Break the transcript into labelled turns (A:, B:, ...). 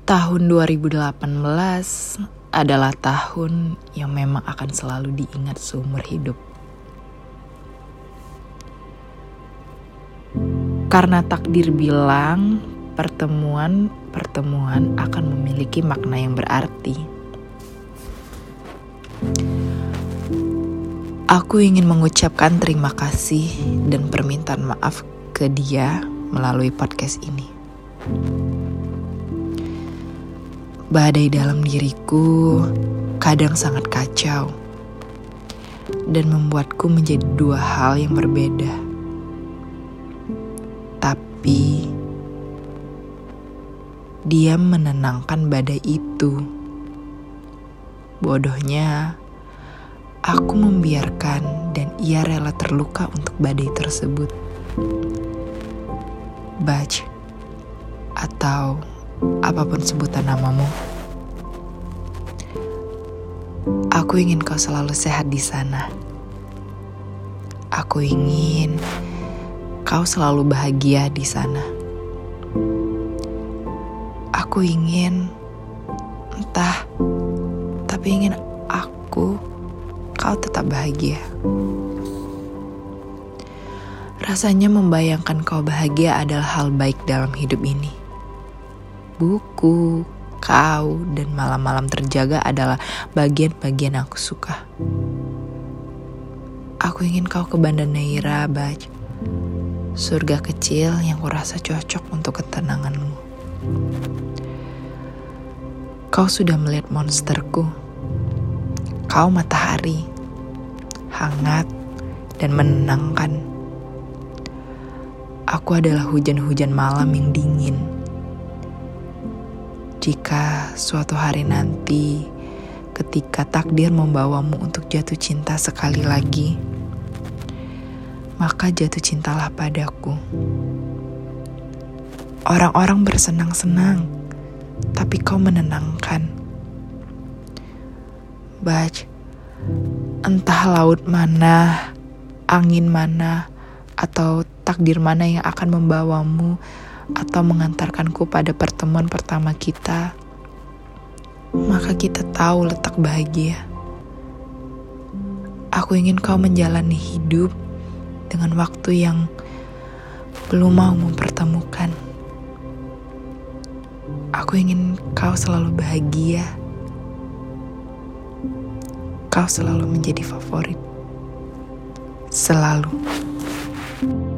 A: Tahun 2018 adalah tahun yang memang akan selalu diingat seumur hidup. Karena takdir bilang pertemuan akan memiliki makna yang berarti. Aku ingin mengucapkan terima kasih dan permintaan maaf ke dia melalui podcast ini. Badai dalam diriku kadang sangat kacau dan membuatku menjadi dua hal yang berbeda. Tapi dia menenangkan badai itu. Bodohnya, aku membiarkan dan ia rela terluka untuk badai tersebut. Baj, atau apapun sebutan namamu, aku ingin kau selalu sehat di sana. Aku ingin kau selalu bahagia di sana. Aku ingin, tapi ingin kau tetap bahagia. Rasanya membayangkan kau bahagia adalah hal baik dalam hidup ini. Buku, kau, dan malam-malam terjaga adalah bagian-bagian aku suka. Aku ingin kau ke Banda Neira, Baj. Surga kecil yang kurasa cocok untuk ketenanganmu. Kau sudah melihat monsterku. Kau matahari, hangat dan menenangkan. Aku adalah hujan-hujan malam yang dingin. Jika suatu hari nanti, ketika takdir membawamu untuk jatuh cinta sekali lagi, maka jatuh cintalah padaku. Orang-orang bersenang-senang, tapi kau menenangkan. Baj, entah laut mana, angin mana, atau takdir mana yang akan membawamu atau mengantarkanku pada pertemuan pertama kita, maka kita tahu letak bahagia. Aku ingin kau menjalani hidup dengan waktu yang belum mau mempertemukan. Aku ingin kau selalu bahagia. Kau selalu menjadi favorit. Selalu.